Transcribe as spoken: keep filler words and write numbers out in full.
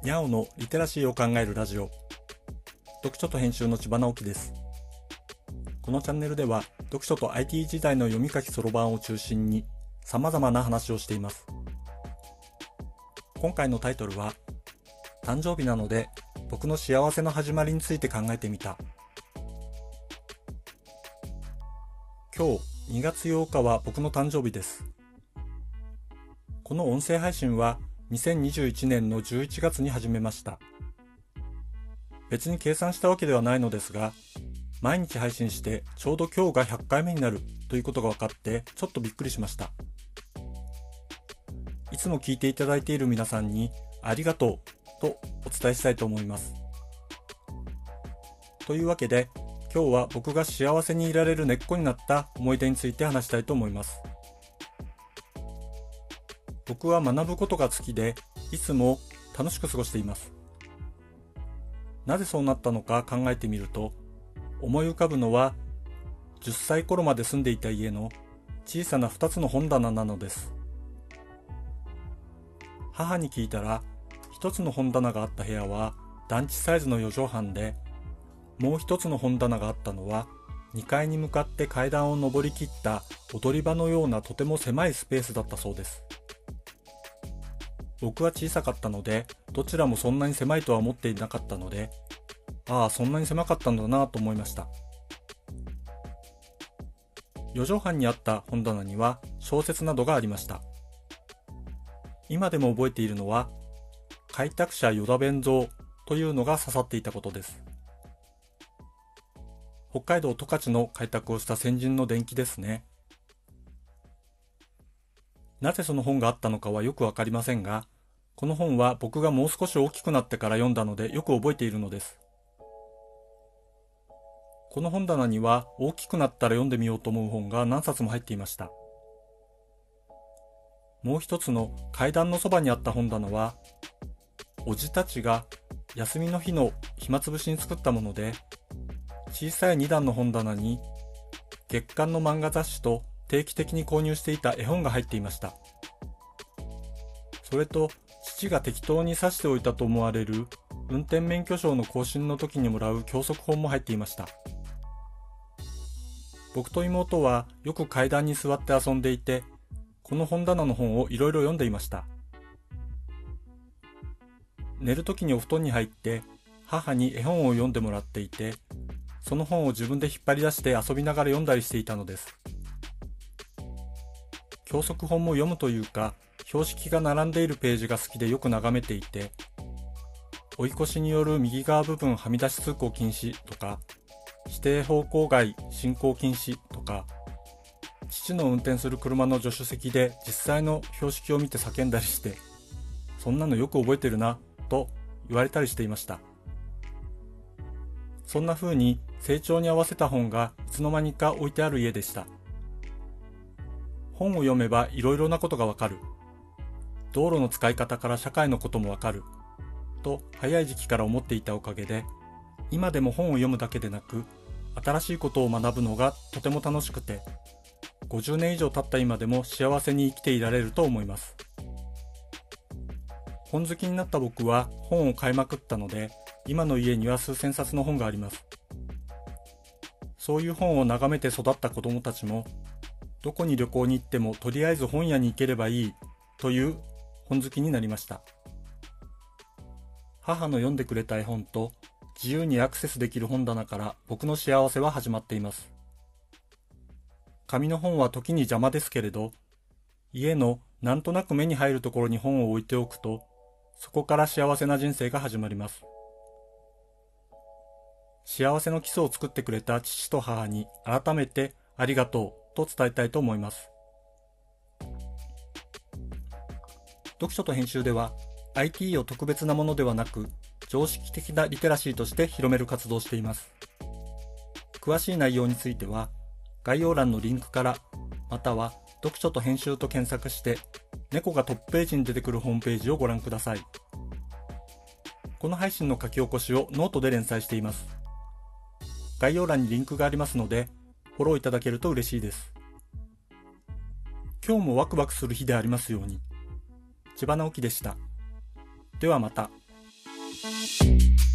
にゃおのリテラシーを考えるラジオ、読書と編集の千葉直樹です。このチャンネルでは読書と アイティー 時代の読み書きそろばんを中心に様々な話をしています。今回のタイトルは、誕生日なので僕の幸せの始まりについて考えてみた。今日にがつようかは僕の誕生日です。この音声配信はにせんにじゅういちねんのじゅういちがつに始めました。別に計算したわけではないのですが、毎日配信してちょうど今日がひゃっかいめになるということが分かってちょっとびっくりしました。いつも聞いていただいている皆さんにありがとうとお伝えしたいと思います。というわけで、今日は僕が幸せにいられる根っこになった思い出について話したいと思います。僕は学ぶことが好きで、いつも楽しく過ごしています。なぜそうなったのか考えてみると、思い浮かぶのはじゅっさい頃まで住んでいた家の小さなふたつの本棚なのです。母に聞いたら、ひとつの本棚があった部屋は団地サイズのよじょうはんで、もうひとつの本棚があったのはにかいに向かって階段を上りきった踊り場のようなとても狭いスペースだったそうです。僕は小さかったので、どちらもそんなに狭いとは思っていなかったので、ああ、そんなに狭かったんだなと思いました。よじょうはんにあった本棚には小説などがありました。今でも覚えているのは、開拓者依田弁蔵というのが刺さっていたことです。北海道十勝の開拓をした先人の伝記ですね。なぜその本があったのかはよくわかりませんが、この本は僕がもう少し大きくなってから読んだのでよく覚えているのです。この本棚には大きくなったら読んでみようと思う本が何冊も入っていました。もう一つの階段のそばにあった本棚は、おじたちが休みの日の暇つぶしに作ったもので、小さいにだんの本棚に月刊の漫画雑誌と定期的に購入していた絵本が入っていました。それと、父が適当に挿しておいたと思われる運転免許証の更新の時にもらう教則本も入っていました。僕と妹はよく階段に座って遊んでいて、この本棚の本をいろいろ読んでいました。寝る時にお布団に入って母に絵本を読んでもらっていて、その本を自分で引っ張り出して遊びながら読んだりしていたのです。教則本も読むというか、標識が並んでいるページが好きでよく眺めていて、追い越しによる右側部分はみ出し通行禁止とか、指定方向外進行禁止とか、父の運転する車の助手席で実際の標識を見て叫んだりして、そんなのよく覚えてるなと言われたりしていました。そんな風に成長に合わせた本がいつの間にか置いてある家でした。本を読めばいろいろなことがわかる。道路の使い方から社会のこともわかる。と早い時期から思っていたおかげで、今でも本を読むだけでなく、新しいことを学ぶのがとても楽しくて、ごじゅうねん以上経った今でも幸せに生きていられると思います。本好きになった僕は本を買いまくったので、今の家には数千冊の本があります。そういう本を眺めて育った子供たちも、どこに旅行に行ってもとりあえず本屋に行ければいいという本好きになりました。母の読んでくれた絵本と自由にアクセスできる本棚から僕の幸せは始まっています。紙の本は時に邪魔ですけれど、家のなんとなく目に入るところに本を置いておくと、そこから幸せな人生が始まります。幸せの基礎を作ってくれた父と母に改めてありがとうと伝えたいと思います。読書と編集では アイティー を特別なものではなく常識的なリテラシーとして広める活動をしています。詳しい内容については概要欄のリンクからまたは読書と編集と検索して猫がトップページに出てくるホームページをご覧ください。この配信の書き起こしをノートで連載しています。概要欄にリンクがありますのでフォローいただけると嬉しいです。今日もワクワクする日でありますように。千葉直樹でした。ではまた。 ます。